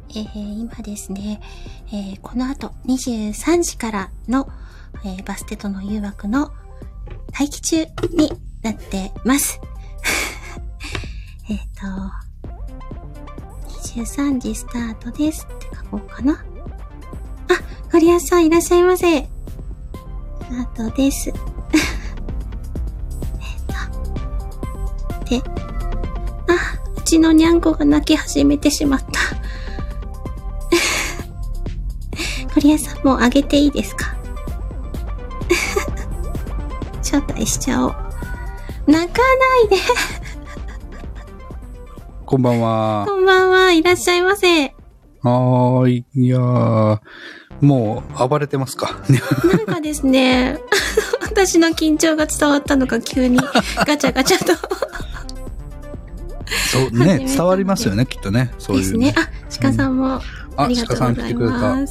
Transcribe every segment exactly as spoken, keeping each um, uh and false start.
えー、今ですね、えー、この後にじゅうさんじからの、えー、バステとの誘惑の待機中になってます。えっと、にじゅうさんじスタートですって書こうかな。あ、ゴリアスさんいらっしゃいませ。スタートです。えっと、で、あ、うちのニャンコが泣き始めてしまった。ゴリアスさんもうあげていいですか？招待しちゃおう。泣かないで。 こんばんは。 こんばんは。いらっしゃいませ。 はーい。いやー、もう暴れてますか？ なんかですね、私の緊張が伝わったのか急にガチャガチャと。 そうね、伝わりますよね、きっとね。そういう、 ですね。あ、鹿さんも、うん、ありがとうございます。 鹿さん来てくれた。は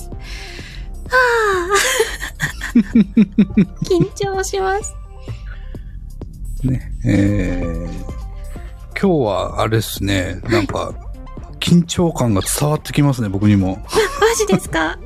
ぁ、緊張します。 ね、えー、今日はあれですね、なんか、緊張感が伝わってきますね、僕にも。 マジですか？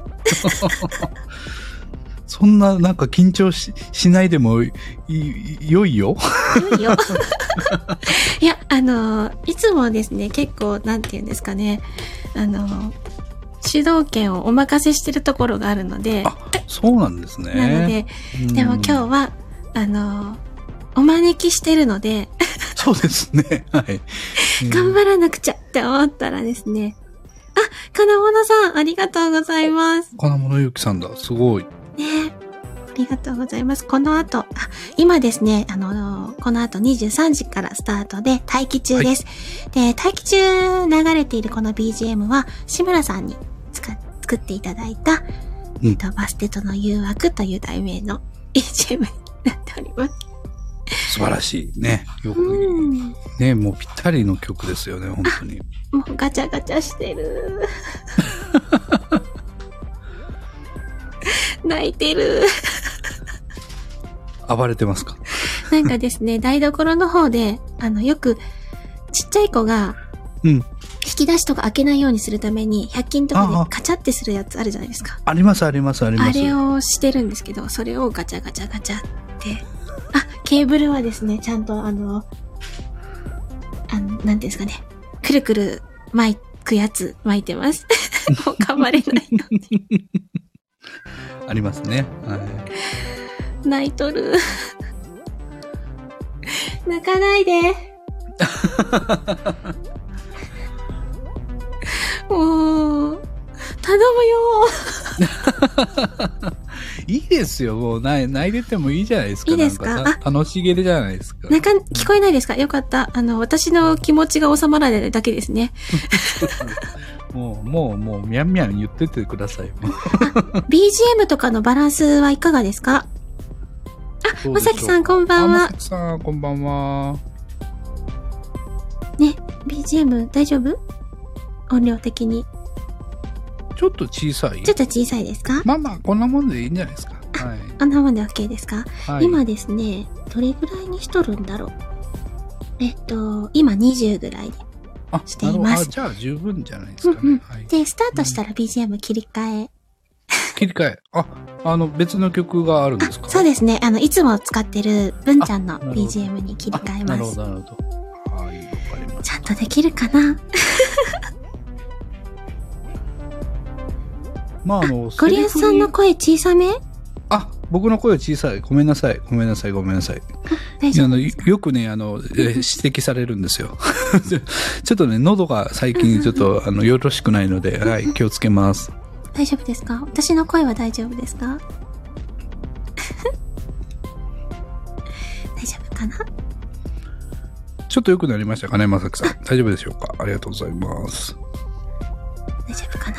そんな、なんか緊張し、しないでもい、い、良いよ。 良いよ。いや、あの、いつもですね、結構、なんて言うんですかね、あの、主導権をお任せしてるところがあるので。 あ、そうなんですね。 なので、でも今日は、あの、お招きしてるので。 そうですね。はい。 頑張らなくちゃって思ったらですね。あ、金物さん、ありがとうございます。 金物ゆきさんだ。すごい。 ね、ありがとうございます。この後、あ、今ですね、あの、この後にじゅうさんじからスタートで待機中です。はい、で、待機中流れているこの ビージーエム は、志村さんに作っていただいた、うん、えっと、バステとの誘惑という題名の ビージーエム になっております。 素晴らしいね。よく、うん、ね、もうぴったりの曲ですよね、本当に。 もうガチャガチャしてる。泣いてる。 暴れてますか？ なんかですね、台所の方で、あの、よく、ちっちゃい子が、うん。引き出しとか開けないようにするために、ひゃく均とかでカチャってするやつあるじゃないですか。 あります、あります、あります。 あれをしてるんですけど、それをガチャガチャガチャって。あ、ケーブルはですね、ちゃんとあの、あの、なんていうんですかね、くるくる巻くやつ巻いてます。もう噛まれないのに。 ありますね。はい。 泣いとる。泣かないで。もう、頼むよ。 いいですよ。もう泣いててもいいじゃないですか。 いいですか？ なんか楽しげでじゃないですか。 なんか聞こえないですか？よかった。あの、私の気持ちが収まらないだけですね。 もう、もう、もう、みゃんみゃん言っててください。 ビージーエム とかのバランスはいかがですか？あ、まさきさんこんばんは。 まさきさんこんばんは。 ね、ビージーエム 大丈夫？音量的に。 ちょっと小さい？ ちょっと小さいですか？ まあまあ、こんなもんでいいんじゃないですか。はい。 こんなもんで OK ですか？はい、今ですね、どれぐらいにしとるんだろう。えっと、今にじゅうぐらいでしています。 あ、じゃあ十分じゃないですかね。うんうん、はい、 で、スタートしたら ビージーエム 切り替え。 切り替え。あ、あの、別の曲があるんですか？ そうですね。あの、いつも使ってる文ちゃんの ビージーエム に切り替えます。 なるほど、なるほど。はい、わかりました。 ちゃんとできるかな？ まあ、あの、 ゴリアスさんの声小さめ？ あ、僕の声小さい。ごめんなさい。ごめんなさい。ごめんなさい。 大丈夫です。よくね、あの、え指摘されるんですよ。ちょっとね、喉が最近ちょっと、あの、よろしくないので、はい、気をつけます。 大丈夫ですか？私の声は大丈夫ですか？大丈夫かな？ ちょっと良くなりましたかね、まさきさん。大丈夫でしょうか？ありがとうございます。 大丈夫かな？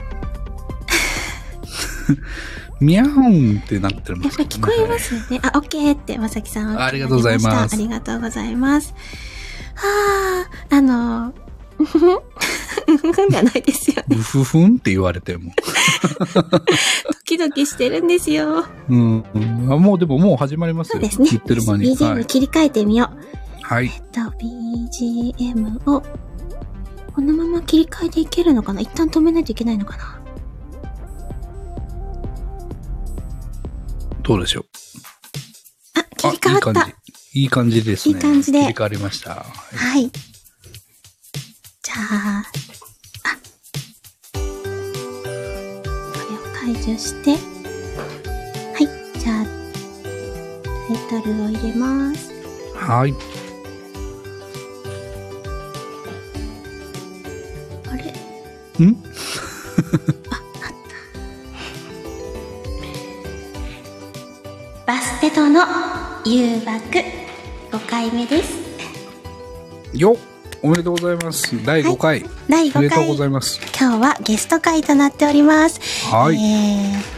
ミャーンってなってます、ね。 やっぱり聞こえますよね。あ、オッケーってまさきさんは。 ありがとうございます。 ありがとうございます。はあ、あの、うふふんじゃないですよね。 うふふんって言われても。 ドキドキしてるんですよ。 うん、うん。あ、もうでももう始まりますよ。 そうですね。 言ってる間に。 ビージーエム 切り替えてみよう。 はい。 えっと、ビージーエム をこのまま切り替えでいけるのかな？一旦止めないといけないのかな？ どうでしょう。 あ、切り替わった。 いい感じ。いい感じですね。 いい感じで。 切り替わりました。はい。 はい、じゃあ、あ、これを解除して、はい、じゃあ、タイトルを入れます。 はい。 あれ？ ん？ あ、あった。バステとの誘惑ごかいめです。 よっ、おめでとうございます。だいごかい。はい、 だいごかい。 おめでとうございます。 今日はゲスト会となっております。 はい。 えー、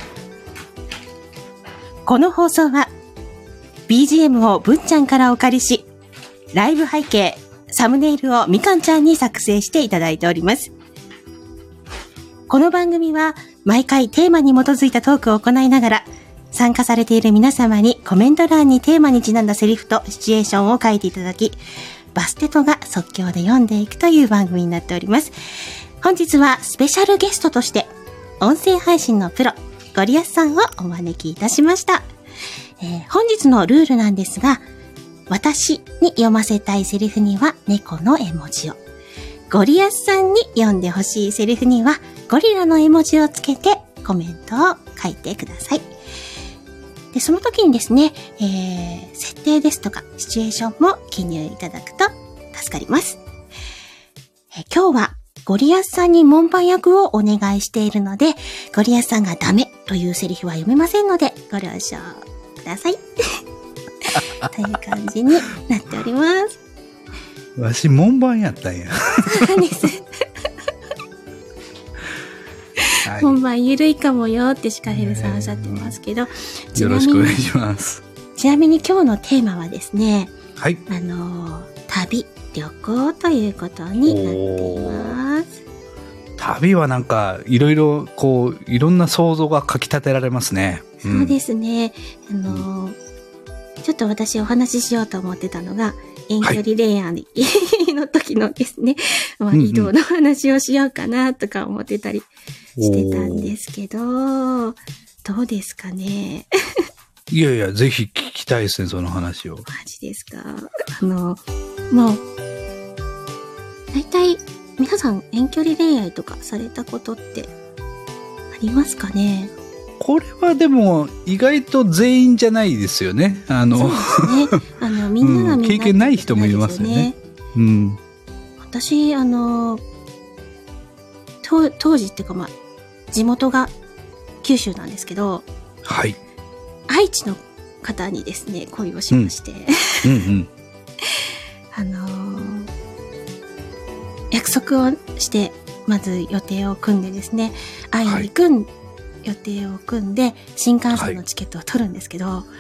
この放送は ビージーエム をぶっちゃんからお借りし、ライブ背景、サムネイルをみかんちゃんに作成していただいております。この番組は毎回テーマに基づいたトークを行いながら、参加されている皆様にコメント欄にテーマにちなんだセリフとシチュエーションを書いていただき、バステトが即興で読んでいくという番組になっております。本日はスペシャルゲストとして音声配信のプロゴリアスさんをお招きいたしました。えー、本日のルールなんですが、私に読ませたいセリフには猫の絵文字を、ゴリアスさんに読んでほしいセリフにはゴリラの絵文字をつけてコメントを書いてください。で、その時にですね、えー、設定ですとかシチュエーションも記入いただくと助かります。えー、今日はゴリアスさんに門番役をお願いしているので、ゴリアスさんがダメというセリフは読めませんのでご了承ください。という感じになっております。 わし門番やったんや。 そうなんです。はい、本番ゆるいかもよってシカヘルさんおっしゃってますけど、 ちなみによろしくお願いします。 ちなみに今日のテーマはですね、 はい、 あの旅旅行ということになっています。 旅はなんかいろいろこういろんな想像がかき立てられますね。 うん、そうですね。あの、うん、ちょっと私お話ししようと思ってたのが遠距離恋愛の時のですね、はい、まあ、移動の話をしようかなとか思ってたりしてたんですけど、どうですかね。 いやいや、ぜひ聞きたいですね、その話を。 マジですか。あの、もう、だいたい皆さん遠距離恋愛とかされたことってありますかね。 これはでも意外と全員じゃないですよね。あの、 そうですね。あの、みんながみんな、 うん、経験ない人もいますよね。うん。 私、あの、当当時っていうかまあ、地元が九州なんですけど、 はい。 愛知の方にですね、恋をしまして。 うん、うんうん。 あのー、約束をして、まず予定を組んでですね、会いに行くん、はい予定を組んで新幹線のチケットを取るんですけど、はい。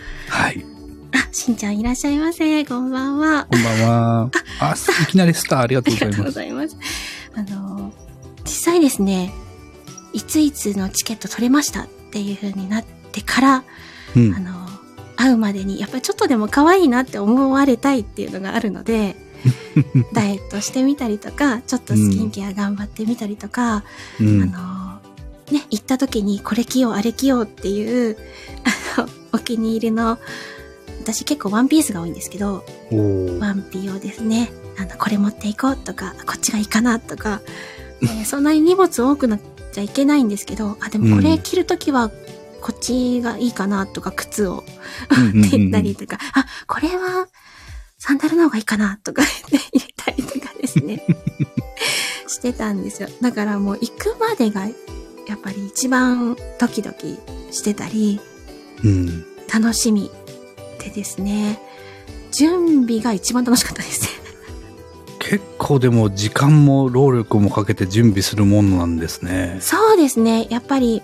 あ、しんちゃんいらっしゃいませ。こんばんは。 こんばんは。あ、いきなりスターありがとうございます。 ありがとうございます。あの実際ですね、いついつのチケット取れましたっていう風になってから、うん、あの会うまでにやっぱりちょっとでも可愛いなって思われたいっていうのがあるので。ダイエットしてみたりとか、ちょっとスキンケア頑張ってみたりとか、うん、あのね、行った時にこれ着ようあれ着ようっていうあのお気に入りの、私結構ワンピースが多いんですけど、ワンピをですね、あのこれ持っていこうとか、こっちがいいかなとか、えー、そんなに荷物多くなっちゃいけないんですけど、あでもこれ着る時はこっちがいいかなとか、靴を持って行ったりとか、あこれはサンダルの方がいいかなとか入れたりとかですねしてたんですよ。だからもう行くまでがやっぱり一番ドキドキしてたり、うん、楽しみでですね、準備が一番楽しかったですね。 結構でも時間も労力もかけて準備するものなんですね。 そうですね。やっぱり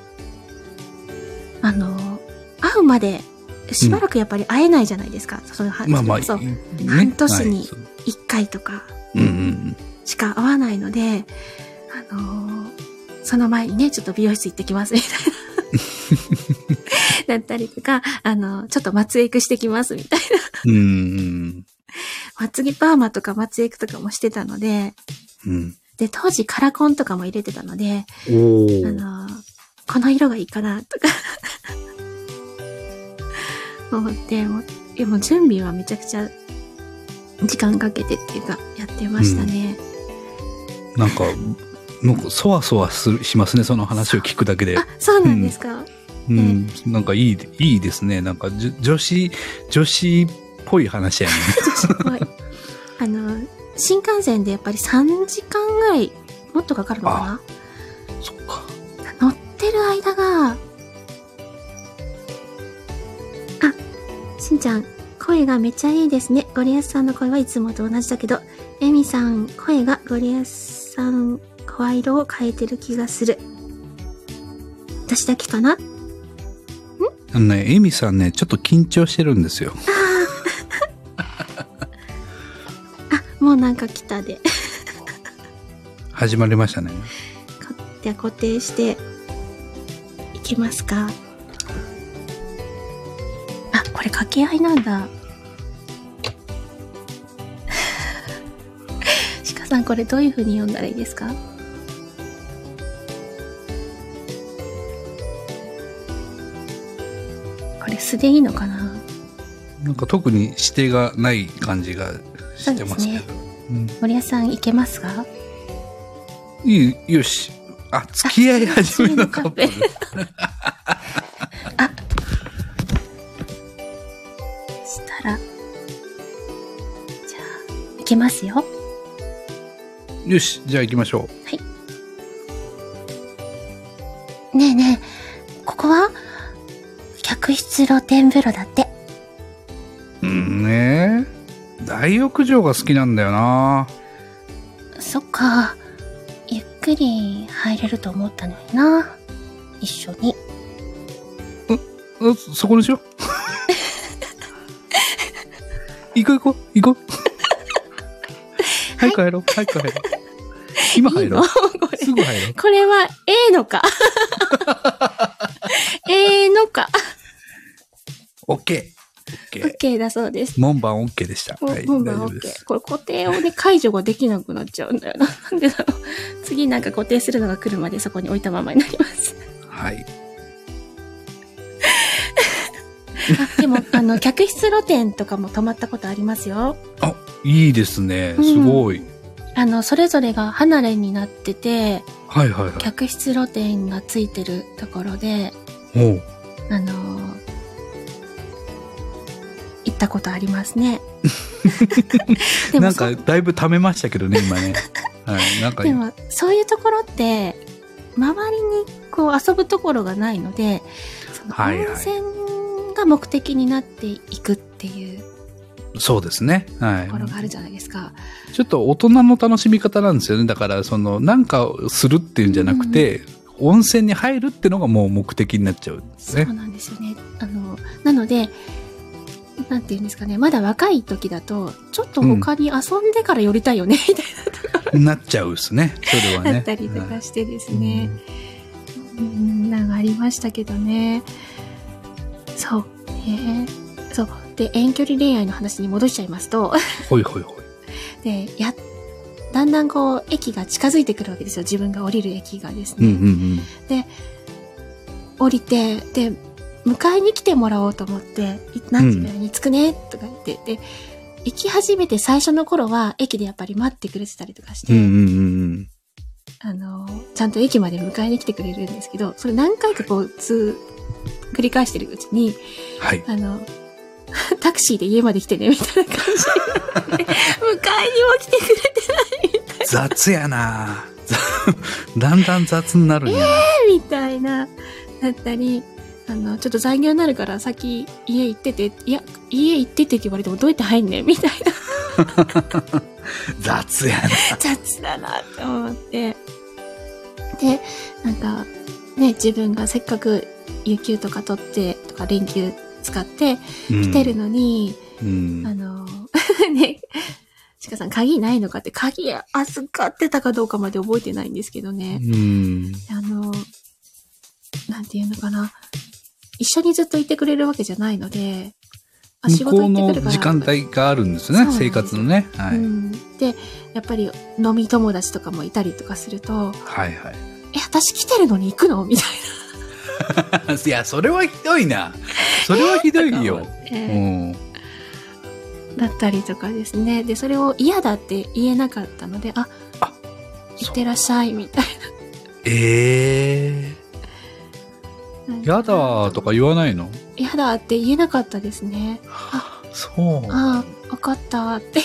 あの会うまでしばらくやっぱり会えないじゃないですか。うん、そのまあまあ、そう、ね、半年に一回とかしか会わないので、はい、あのー、その前にね、ちょっと美容室行ってきますみたいな。だったりとか、あのー、ちょっと松エクしてきますみたいな。うん。まつげパーマとか松エクとかもしてたので、うん、 で、当時カラコンとかも入れてたので、 おー。 あの、この色がいいかな、とか思って、もう、いやもう準備はめちゃくちゃ時間かけてっていうか、やってましたね。 うん、なんか、なんか、そわそわするしますね、その話を聞くだけで。 あ、そうなんですか。 うん、うん、なんかいい、いいですね。なんか、女子、女子っぽい話やね。 女子っぽい。あの、新幹線でやっぱりさんじかんぐらい、もっとかかるのかな？ そっか。 乗ってる間が、あ、しんちゃん、声がめっちゃいいですね。ゴリアスさんの声はいつもと同じだけど、エミさん、声がゴリアスさん、声色を変えてる気がする。私だけかな？ん？ あのね、エミさんね、ちょっと緊張してるんですよ。 あ、もうなんか来たで。 始まりましたね。 じゃあ固定していきますか。あ、これ掛け合いなんだ。鹿さん、これどういう風に読んだらいいですか？これ素でいいのかな？ なんか特に指定がない感じがしてますけど。うん、 森谷さんいけますか？ いい、よし。あ、付き合い始めのカップル。 あ、したら、じゃあ、いけますよ。 よし、じゃあ行きましょう。 はい。ねえねえ、ここは客室露天風呂だって。 うんねえ。大浴場が好きなんだよな。 そっか。ゆっくり入れると思ったのにな。一緒に。 う、そこにしよう。行こう行こう、行こう。早く入ろう、早く入ろう。今入ろう。 いいの？これすぐ入ろう。 これは、ええのか。ええのか。 オッケー。 オッケーだそうです。 門番オッケーでした。 はい、門番オッケー。これ固定をね、解除ができなくなっちゃうんだよな。なんでだろう。次なんか固定するのが来るまでそこに置いたままになります。 はい。 あ、でも、あの、客室露天とかも泊まったことありますよ。 あ、いいですね。すごい。うん、 あの、それぞれが離れになってて、 はいはいはい。 客室露天がついてるところで、 おう。 あのー、行ったことありますね。 でもなんかだいぶ溜めましたけどね、今ね。はい、なんかでもそういうところって周りにこう遊ぶところがないので、その温泉が目的になっていくっていう、 そうですね。はい。 ところがあるじゃないですか。 ちょっと大人の楽しみ方なんですよね。だからそのなんかするっていうんじゃなくて、うんうん、温泉に入るってのがもう目的になっちゃうんですね。 そうなんですよね。あのなので。なんていうんですかね、まだ若い時だと、ちょっと他に遊んでから寄りたいよね、みたいなところ、 うん、なっちゃうですね。それはね。 だったりとかしてですね。うん、なんかありましたけどね。そう。ね。そう。で、遠距離恋愛の話に戻しちゃいますと。 ほいほいほい。 で、や、だんだんこう、駅が近づいてくるわけですよ。自分が降りる駅がですね。 うんうんうん、 で、降りて、で、迎えに来てもらおうと思って、何時ぐらいに着くね、とか言って、で、行き始めて最初の頃は駅でやっぱり待ってくれてたりとかして、 うんうんうん、 あの、ちゃんと駅まで迎えに来てくれるんですけど、それ何回かこう、つ、繰り返してるうちに、 はい、 あの、タクシーで家まで来てね、みたいな感じになって、迎えにも来てくれてないみたいな。 雑やなだんだん雑になるんやな。 えーみたいな、だったり、あの、ちょっと残業になるから先家行ってて、いや、家行っててって言われてもどうやって入んねんみたいな。 雑やな。 雑だなって思って。で、なんか、ね、自分がせっかく有給とか取ってとか連休使って来てるのに、 うんうん、 あの、ね、ちかさん鍵ないのかって鍵預かってたかどうかまで覚えてないんですけどね。 うん、 あの、なんていうのかな。一緒にずっといてくれるわけじゃないので、 あ仕向こう事行ってくるからの時間帯があるんですね、生活のね。はい。 うん、で、やっぱり飲み友達とかもいたりとかすると、 はいはい。 え、私来てるのに行くのみたいな。いや、それはひどいな。それはひどいよ。 えー、うん。だったりとかですね。で、それを嫌だって言えなかったので、あ、あ行ってらっしゃい、みたいな。 ええー。やだとか言わないの？ やだって言えなかったですね。あ、 そう。 あ、わかったって言って。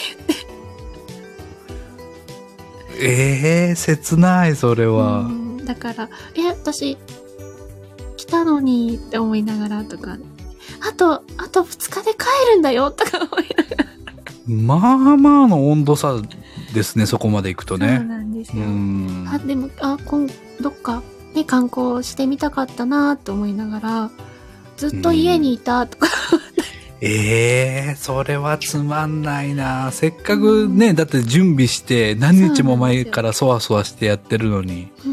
ええー、切ない、それは。うん、 だから、え、私、来たのにって思いながらとか、あと、あとふつかで帰るんだよとか思いながら。 まあまあの温度差ですね、そこまで行くとね。 そうなんですよ。あ、でも、あ、今、どっか、ね、観光してみたかったなと思いながら、ずっと家にいたとか。 ええー、それはつまんないな。せっかくね、うん、だって準備して何日も前からそわそわしてやってるのに。うん、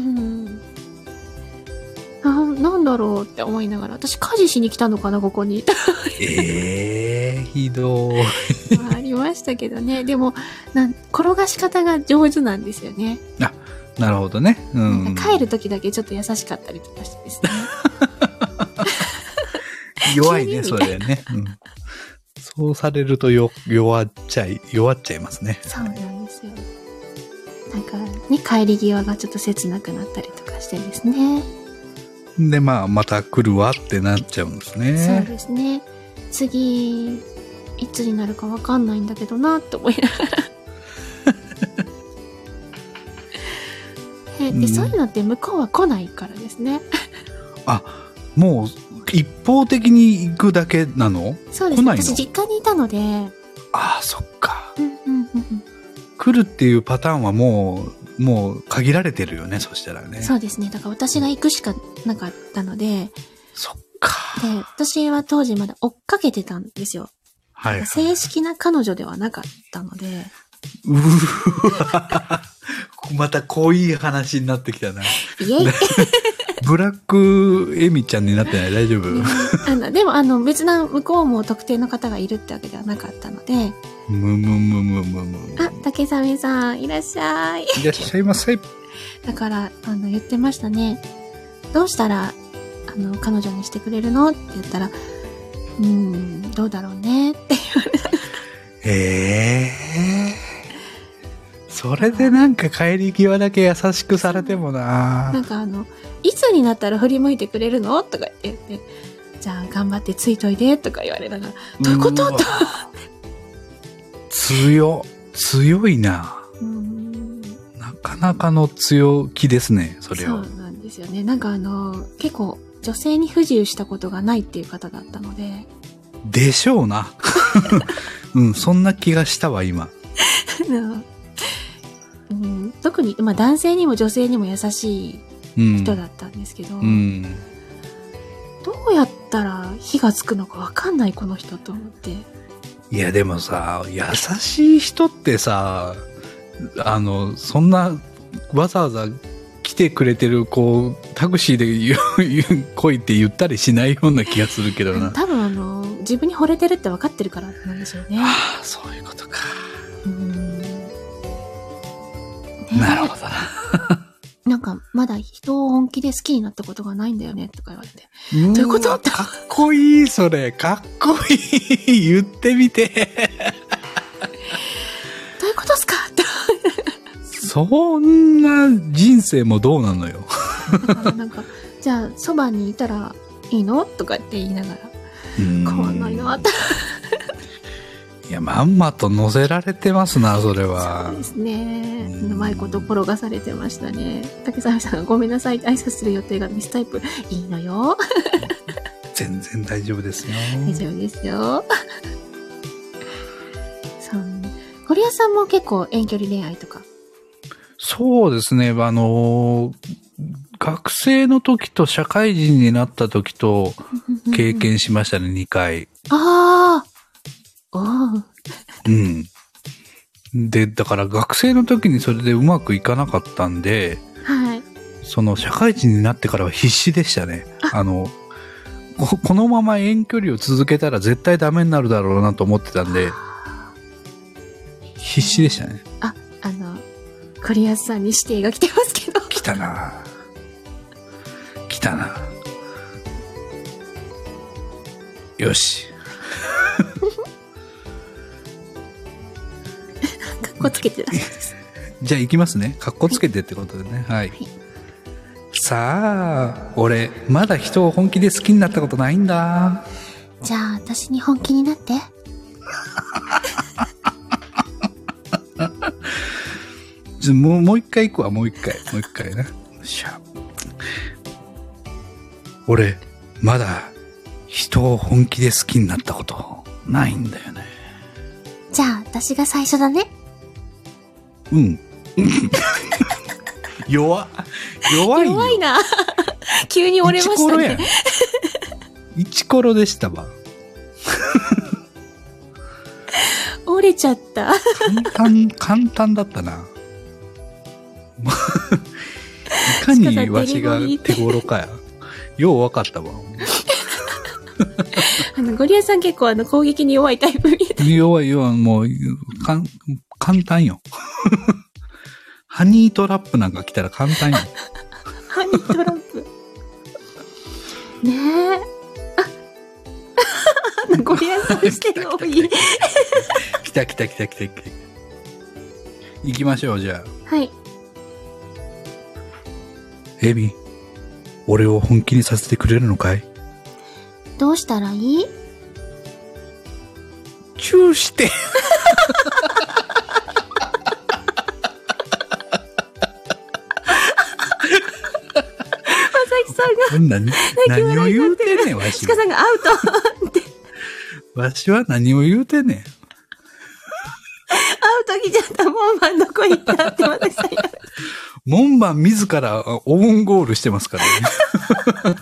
な, なんだろうって思いながら、私家事しに来たのかな、ここに。 ええー、ひどい。 ありましたけどね。でもなん、転がし方が上手なんですよね。 あ、なるほどね。うん、 帰る時だけちょっと優しかったりとかしてですね。 弱いね、それね。うん、そうされるとよ弱っちゃい、弱っちゃいますね。 そうなんですよ。なんかね、帰り際がちょっと切なくなったりとかしてですね。 で、まあ、また来るわってなっちゃうんですね。 そうですね。次、いつになるかわかんないんだけどな、って思いながら。で、うん、そういうのって向こうは来ないからですね。 あ、もう、一方的に行くだけなの？ そうです。 来ないの？ 私実家にいたので。 ああ、そっか。 うんうんうんうん。 来るっていうパターンはもう、もう限られてるよね、そしたらね。 そうですね。だから私が行くしかなかったので。 そっか。 で、私は当時まだ追っかけてたんですよ。はい、はい。正式な彼女ではなかったので。 うわまた濃い話になってきたな。イェイブラックエミちゃんになってない？大丈夫？ あのでもあの別な向こうも特定の方がいるってわけではなかったので。 むむむむむむ。 あ、竹雨さんいらっしゃい。 いらっしゃいませ。 だからあの言ってましたね。どうしたらあの彼女にしてくれるのって言ったら、うーんどうだろうねって言われた。 ええー。それでなんか帰り際だけ優しくされてもな。 なんかあの、いつになったら振り向いてくれるのとか言って、じゃあ頑張ってついといでとか言われながら、どういうことと強、強いな。うんなかなかの強気ですね、それは。 そうなんですよね。なんかあの、結構女性に不自由したことがないっていう方だったので。 でしょうな。うん、そんな気がしたわ、今。 うん、特に、まあ、男性にも女性にも優しい人だったんですけど、うんうん、どうやったら火がつくのか分かんないこの人と思って。 いやでもさ、優しい人ってさ、あのそんなわざわざ来てくれてるこうタクシーで言う来いって言ったりしないような気がするけどな。 多分あの自分に惚れてるって分かってるからなんでしょうね。 ああ、そういうことか。うんなるほどな。 なんか、まだ人を本気で好きになったことがないんだよね、とか言われて。どういうこと？かっこいい、それ。かっこいい。言ってみて。 どういうことっすか？ そんな人生もどうなのよ。 なんか、じゃあ、そばにいたらいいの？とかって言いながら。変わんないな、って。 いや、まんまと乗せられてますな、それは。 そうですね。うまいこと転がされてましたね。竹澤さんがごめんなさいって挨拶する予定がミスタイプ。いいのよ。 全然大丈夫ですよ。 大丈夫ですよ。そう。堀谷さんも結構遠距離恋愛とか。 そうですね。あの、学生の時と社会人になった時と経験しましたね、にかい。 ああ。おう。 うん。で、だから学生の時にそれでうまくいかなかったんで、 はい。 その社会人になってからは必死でしたね。あ, あの、 こ、このまま遠距離を続けたら絶対ダメになるだろうなと思ってたんで、必死でしたね。 あ、あの、コリアスさんに指定が来てますけど。 来たな来たなよし。 かっこつけてらっしゃるんです。 じゃあ行きますね。かっこつけてってことでね。はい。はい、さあ、俺、まだ人を本気で好きになったことないんだ。 じゃあ、私に本気になって。 もう、もう一回行くわ、もう一回。もう一回ね。よっしゃ。俺、まだ、人を本気で好きになったことないんだよね。 じゃあ、私が最初だね。 うん。弱。弱いよ。 弱いな。急に折れましたね。 イチコロでしたわ。 折れちゃった。 簡単、簡単だったな。いかにわしが手頃かや。ようわかったわ。 あの、ゴリアさん結構あの攻撃に弱いタイプみたい。 弱い弱い、もう、かん、簡単よ。ハニートラップなんか来たら簡単よ。 ハニートラップ。ねえ。あ、ゴリアさんしてる多い。 来た来た来た来た来た。行きましょう、じゃあ。 はい。 エビ、俺を本気にさせてくれるのかい？ どうしたらいい？ チューして。さんが何, 何を言うてんねん、わし。 鹿さんがアウトって。 わしは何を言うてんねん。アウト来ちゃった、門番どこ行ったって私さん。 門番自らオウンゴールしてますからね。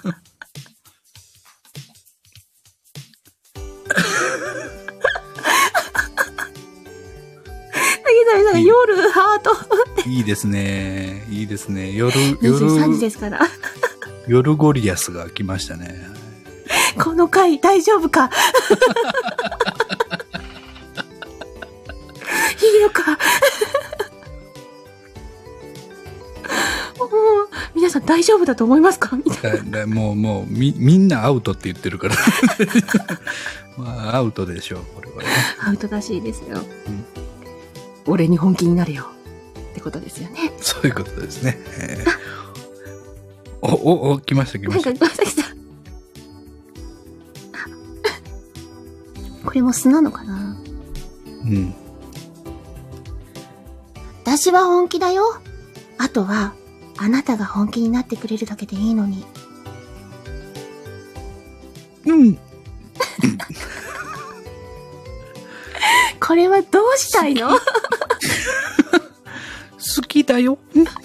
竹さんが夜ハート。 いいですね。いいですね。夜、 夜。にじゅうさんじですから。 夜ゴリアスが来ましたね。 この回大丈夫か。いいのか。もう皆さん大丈夫だと思いますかみたいな。 もうもうみみんなアウトって言ってるから。まあアウトでしょうこれは、ね。 アウトらしいですよ。うん、俺に本気になるよってことですよね。 そういうことですね。えーお、お、お、来ました来ました。 なんか、まさきさん。これも素なのかな？ うん。 私は本気だよ。あとは、あなたが本気になってくれるだけでいいのに。 うん。 これはどうしたいの？好きだよ。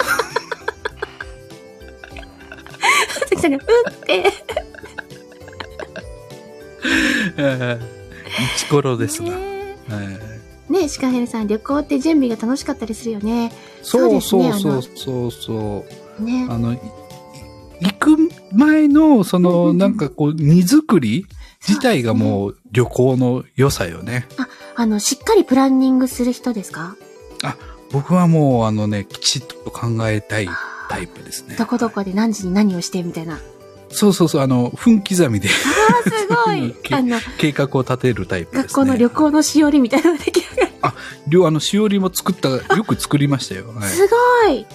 さきさんが、うって。 イチコロですな。 ねえ、ねえ、シカヘルさん、旅行って準備が楽しかったりするよね。 そうそうそうそうそう。 ね。 あの、行く前の、その、なんかこう、荷造り自体がもう旅行の良さよね。 あ、あの、しっかりプランニングする人ですか？ あ、僕はもう、あのね、きちっと考えたいタイプですね。 どこどこで何時に何をしてみたいな。 そうそうそう、あの、分刻みで。 ああ、すごい。 あの、計画を立てるタイプですね。 学校の旅行のしおりみたいなのができる。 あ、あの、しおりも作った、よく作りましたよ。はい、 すごい。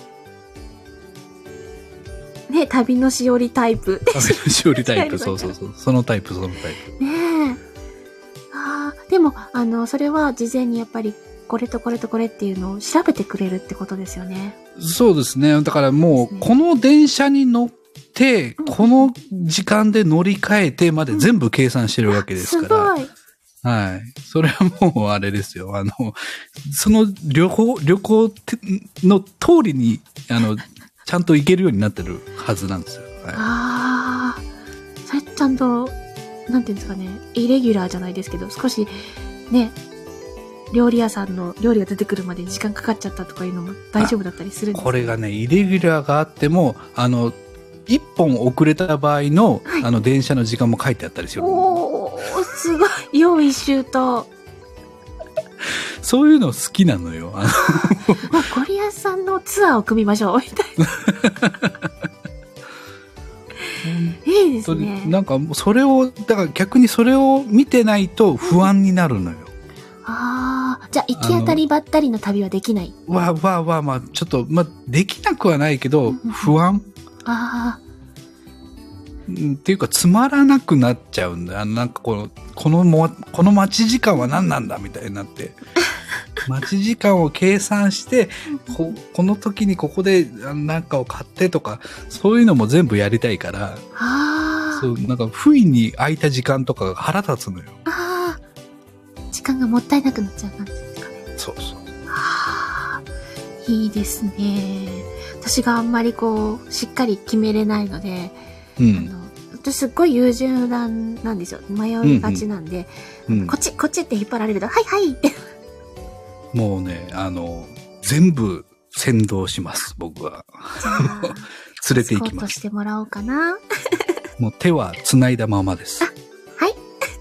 ね、旅のしおりタイプ。 旅のしおりタイプ、そうそうそう。そのタイプ、そのタイプ。 ねえ。ああ、でも、あの、それは事前にやっぱり、これとこれとこれっていうのを調べてくれるってことですよね。 そうですね。だからもう、この電車に乗って、この時間で乗り換えてまで全部計算してるわけですから。 すごい。 はい。それはもうあれですよ。あの、その旅行、旅行の通りに、あの、ちゃんと行けるようになってるはずなんですよ。はい、 ああ。それちゃんと、なんていうんですかね、イレギュラーじゃないですけど、少し、ね、料理屋さんの料理が出てくるまで時間かかっちゃったとかいうのも大丈夫だったりするんですか？ これがね、イレギュラーがあっても、あの、 一本遅れた場合の、 はい、 あの、電車の時間も書いてあったりする。 おー、すごい。用意周到。 そういうの好きなのよ。あのゴリアスさんのツアーを組みましょう、みたいな。いいですね。 なんか、それを、だから逆にそれを見てないと不安になるのよ。 うん、ああ、じゃあ行き当たりばったりの旅はできない。 わーわーわー、まあ、ちょっと、まあ、できなくはないけど、うん、不安ああ。 っていうか、つまらなくなっちゃうんだよ。なんかこの、このも、この待ち時間は何なんだみたいになって。待ち時間を計算して、こ、この時にここで何かを買ってとか、そういうのも全部やりたいから、 あそう、なんか不意に空いた時間とかが腹立つのよ。 ああ、時間がもったいなくなっちゃう感じですかね。 そうそう。 ああ、いいですね。私があんまりこう、しっかり決めれないので、うん、あの私すっごい優柔不断なんですよ。迷いがちなんで、うんうん、こっち、こっちって引っ張られると、はいはいって。もうね、あの、全部先導します、僕は。連れて行きます。サポートしてもらおうかな。 もう手は繋いだままです。 はい。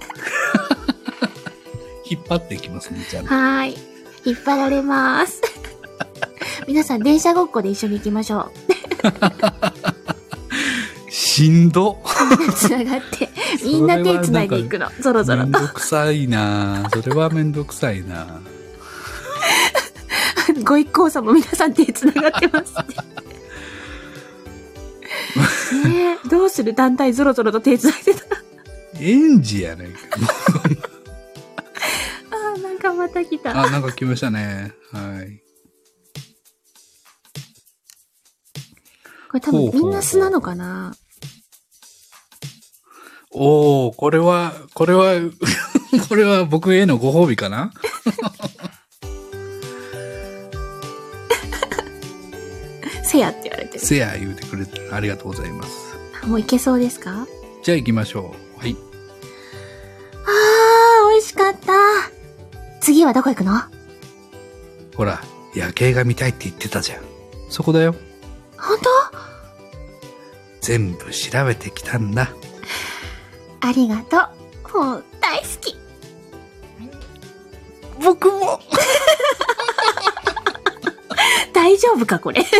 引っ張っていきますね、じゃあ。 はい。引っ張られます。皆さん、電車ごっこで一緒に行きましょう。 しんど。 つながって、みんな手つないでいくの。ぞろぞろと。 めんどくさいなそれはめんどくさいなご一行さんも皆さん手つながってますね。ねえ、どうする団体ぞろぞろと手つないでたら。 園児やねんけど。 あー、なんかまた来た。 あ、なんか来ましたね。はい。 これ多分みんな素なのかな。 おー、これは、これは、これは僕へのご褒美かなせやって言われてる。 せや言うてくれてありがとうございます。 もういけそうですか？ じゃあ行きましょう。はい。 あー、美味しかった。次はどこ行くの？ ほら、夜景が見たいって言ってたじゃん。そこだよ。 本当？ 全部調べてきたんだ。 ありがとう。もう大好き。 僕も。 大丈夫かこれ。い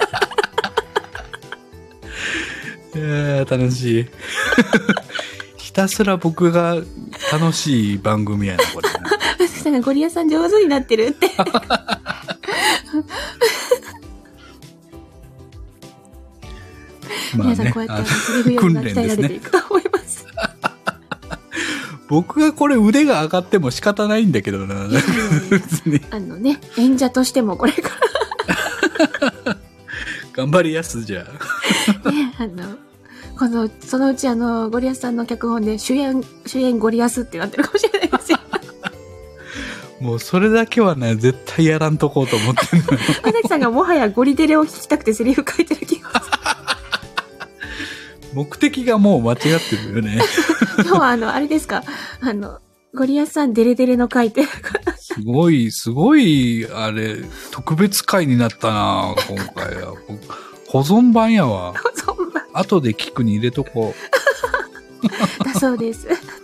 やー、楽しい。ひたすら僕が楽しい番組やな、これな。 松さんがゴリアさん上手になってるって。まあね、皆さんこうやってセリフ読みが鍛えられていくと思います。 僕がこれ腕が上がっても仕方ないんだけどな。いやいやいやあのね、演者としてもこれから。 頑張りやすじゃ。 ね、あの、この、そのうちあの、ゴリアスさんの脚本で主演、主演ゴリアスってなってるかもしれないですよ。 もうそれだけはね、絶対やらんとこうと思ってるのよ。 荒木さんがもはやゴリデレを聞きたくてセリフ書いてる気がする。 目的がもう間違ってるよね。 今日はあの、あれですか、あの、ゴリアスさんデレデレの書いてるから。 すごい、すごい、あれ、特別回になったな今回は。保存版やわ。 保存版。 後で聞くに入れとこう。だそうです。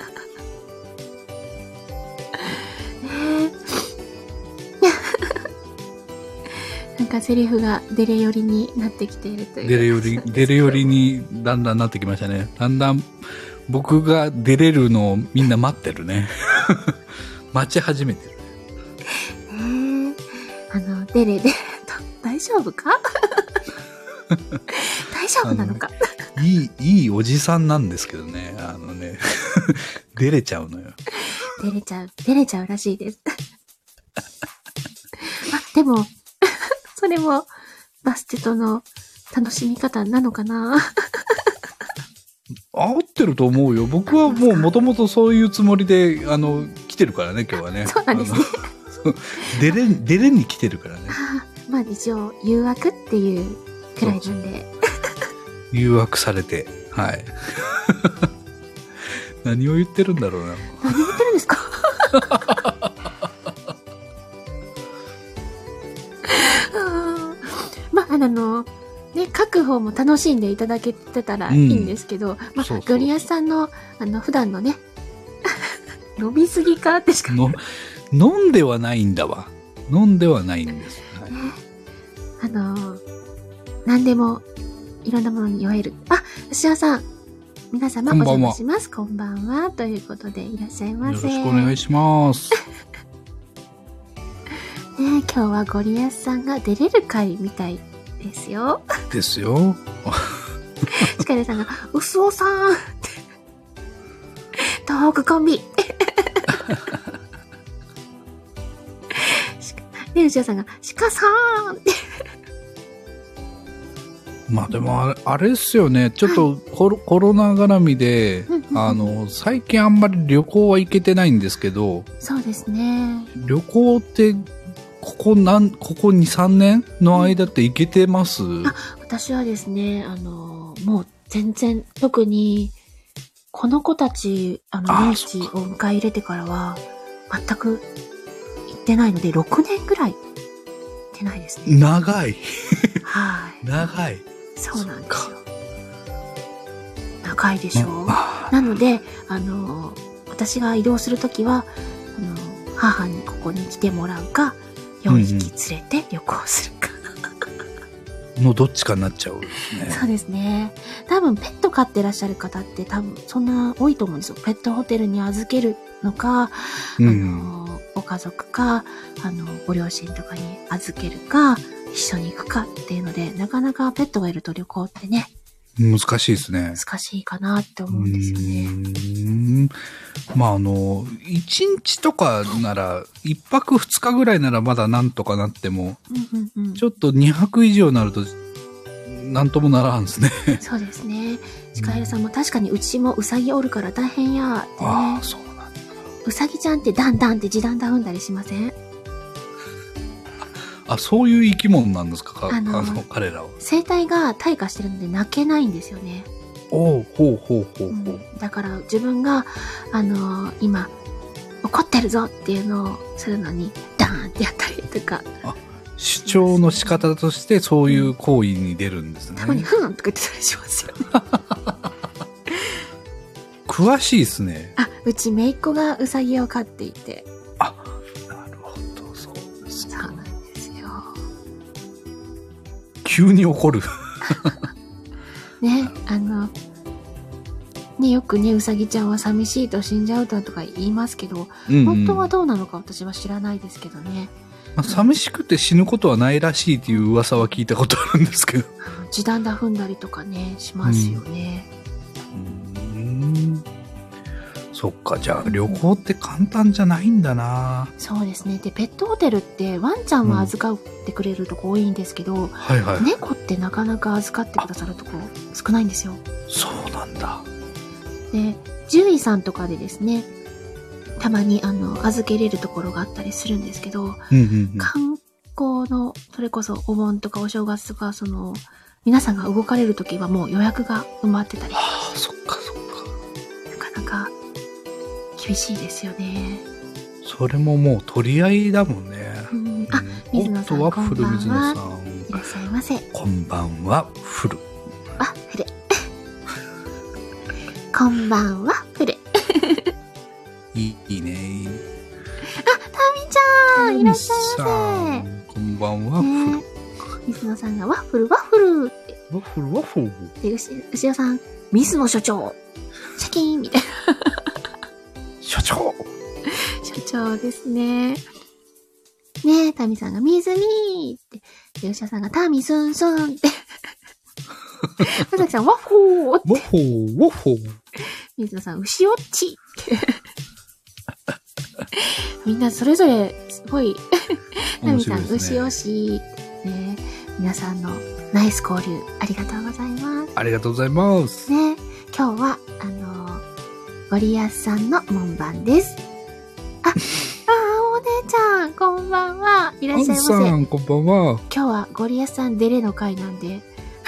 なんかセリフがデレ寄りになってきているという。 デレ寄り、デレ寄りにだんだんなってきましたね。だんだん僕が出れるのをみんな待ってるね。待ち始めてる。 へえ。あの、デレデレと、大丈夫か大丈夫なのかいい、いいおじさんなんですけどね。あのね、出れちゃうのよ。 出れちゃう、出れちゃうらしいです。あ、でも、それも、バステとの楽しみ方なのかな合ってると思うよ。僕はもう元々そういうつもりで、あの、来てるからね、今日はね。 そうなんですね。 出れん、出れんに来てるからね。 まあ一応、誘惑っていうくらいなんで。 誘惑されて、はい。何を言ってるんだろうな。 何を言ってるんですかまあ、あの、 ね、書く方も楽しんでいただけてたらいいんですけど、うん、まあ、そうそうゴリアスさんの、あの、普段のね、飲みすぎかってしか。 の飲んではないんだわ。飲んではないんです。はい、ね、 あのー、何でも、いろんなものに酔える。あ、牛尾さん。皆様お邪魔します。こんばんは。ということで、いらっしゃいませ。 よろしくお願いします。 ね、今日はゴリアスさんが出れる回みたいですよ。 ですよ。 チカレさんが、うすおさん東北コンビ。ね、牛尾さんが、鹿さんまあでもあれ、あれですよね。ちょっとコロ、はい、コロナ絡みで、あの、最近あんまり旅行は行けてないんですけど。 そうですね。 旅行って、ここ何、ここに、さんねんの間って行けてます？うん、 あ、私はですね、あの、もう全然、特に、この子たち、あの、年始を迎え入れてからは、全く行ってないので、ろくねんぐらい行ってないですね。 長い。 はい。 長い。 そうなんですよ。長いでしょう。なので、あの、私が移動するときは、あの、母にここに来てもらうか、よんひき連れて旅行するか。 うんうん、のどっちかになっちゃうんですね。 そうですね。多分ペット飼ってらっしゃる方って多分そんな多いと思うんですよ。ペットホテルに預けるのか、うん、あの、ご家族か、あの、ご両親とかに預けるか、一緒に行くかっていうので、なかなかペットがいると旅行ってね。 難しいですね。 難しいかなって思うんですよね。うーん、まああの、一日とかなら、一泊二日ぐらいならまだなんとかなっても、 うんうんうん、 ちょっと二泊以上になると、なんともならんですね。 そうですね。シカエルさんも確かにうちもウサギおるから大変やってね。 ああ、そうなんだ。 ウサギちゃんってダンダンって地団ダ踏んだりしません？ あ、そういう生き物なんですか、あの、あの彼らは。 生態が退化してるので泣けないんですよね。 おう、ほうほうほうほう。うん、 だから自分が、あのー、今、怒ってるぞっていうのをするのに、ダーンってやったりとか。 あ、主張の仕方としてそういう行為に出るんですね。 たまに、ふんとか言ってたりしますよね。 詳しいですね。 あ、うち姪っ子がウサギを飼っていて。 あ、なるほど、そうですか。 そうなんですよ。 急に怒る。 ね、あの、ね、よくね、ウサギちゃんは寂しいと死んじゃうとか言いますけど、うんうん、本当はどうなのか私は知らないですけどね。 まあ、寂しくて死ぬことはないらしいっていう噂は聞いたことあるんですけど。 地団打踏んだりとかね、しますよね。 うん、うーん、そっか、じゃあ旅行って簡単じゃないんだな。 そうですね。で、ペットホテルってワンちゃんは預かってくれるとこ多いんですけど、うん、 はいはい、 猫ってなかなか預かってくださるとこ少ないんですよ。 そうなんだ。 で、獣医さんとかでですね、たまにあの預けれるところがあったりするんですけど、 うんうんうん、 観光のそれこそお盆とかお正月とかその皆さんが動かれるときはもう予約が埋まってたりとか、 ああ、そっかそっか、なかなか厳しいですよね。 それももう取り合いだもんね。 うん、あ、水野さん、 ワッフル水野さん、 いらっしゃいませ。 こんばんは、フル。 ワッフル。こんばんは、フル。 いい、いいね。 あ、タミちゃん、いらっしゃいませ。こんばんは、ね、フル。 水野さんがワッフル、ワッフルって。 ワッフル、ワッフル。 で、牛尾さん、水野所長。シャキーンみたいな。 所長。 所長ですね。ねえ、タミさんが水みーって。で、牛尾さんがタミスンスンって。まさきさん、ワッホーって。 ワッホー、ワッホー。 水野さん、牛おっちって。みんなそれぞれ、すごい。タミさん、牛おしってね。皆さんのナイス交流、ありがとうございます。 ありがとうございます。 ね、今日は、あのー、ゴリアスさんの門番です。あ、あー、お姉ちゃん、こんばんは。いらっしゃいませ。 アンさん、こんばんは。 今日はゴリアスさんデレの回なんで。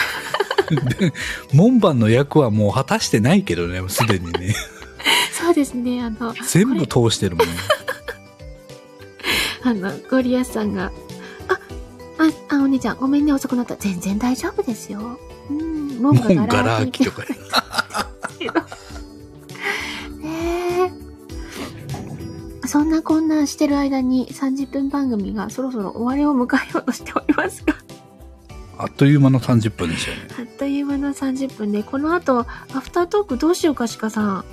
門番の役はもう果たしてないけどね、すでにね。 そうですね、あの。 全部通してるもん。 あの、ゴリアスさんが、あ、ああ、お姉ちゃん、ごめんね、遅くなった。全然大丈夫ですよ。うん、門が門ガガララー開いて空きとか。 けど。えー、そんなこんなんしてる間にさんじゅっぷん番組がそろそろ終わりを迎えようとしておりますが。 あっという間のさんじゅっぷんでしたよね。 あっという間のさんじゅっぷんで、この後、アフタートークどうしようか、鹿さん。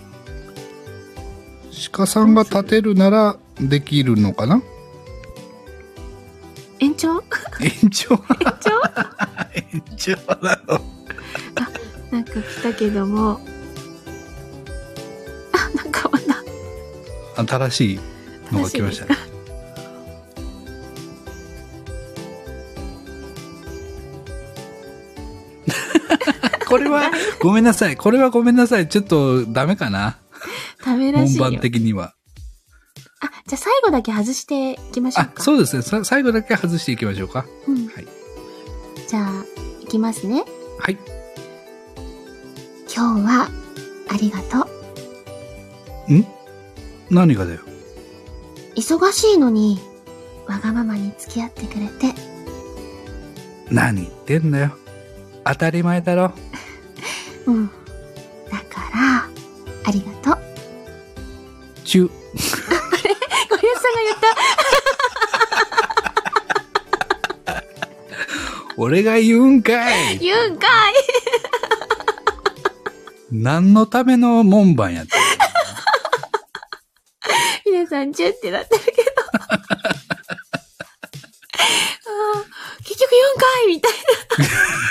鹿さんが立てるならできるのかな。 延長延長延長延長なの。 あ、なんか来たけども。あ、なんかまだ。 新しいのが来ましたね。これはごめんなさい。これはごめんなさい。ちょっとダメかな。 ダメらしいよ。 本番的には。 あ、じゃあ最後だけ外していきましょうか。 あ、そうですね。さ最後だけ外していきましょうか。 うん。 はい。 じゃあ、いきますね。 はい。 今日は、ありがとう。 ん？何がだよ。 忙しいのに、わがままに付き合ってくれて。 何言ってんだよ。当たり前だろ。 うん。だから、ありがとう。 チュ。 ゴリアスさんが言った。 俺が言うんかい。 言うんかい。 何のための門番やってる。 皆さん、チュってなってるけど。あ結局言うんかいみたいな。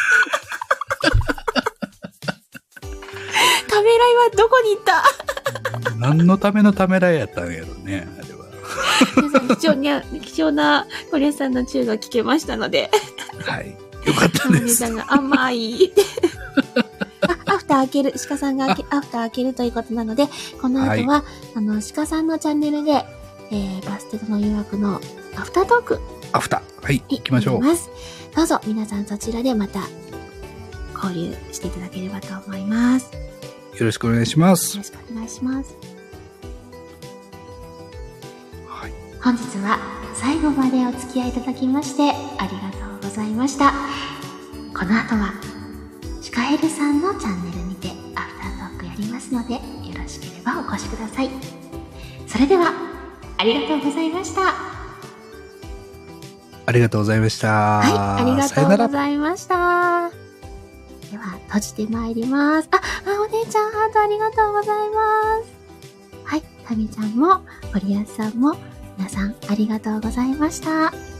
ためらいはどこに行った何のためのためらいやったんやろね、あれは。 皆さん、貴重な、貴重なゴリアスさんのチューが聞けましたので。 はい。よかったです。 皆さんが甘い。あ、アフター開ける、鹿さんがアフター開けるということなので、この後は、はい、あの、鹿さんのチャンネルで、えー、バステとの誘惑のアフタートーク。 アフター。はい。行きましょう。 どうぞ、皆さんそちらでまた、交流していただければと思います。 よろしくお願いします。 よろしくお願いします。 はい。 本日は最後までお付き合いいただきましてありがとうございました。この後はシカヘルさんのチャンネルにてアフタートークやりますので、よろしければお越しください。それではありがとうございました。 ありがとうございました。 はい、ありがとうございました。では閉じてまいります。あ、あお姉ちゃんハートありがとうございます。はい、タミちゃんもゴリアスさんも皆さんありがとうございました。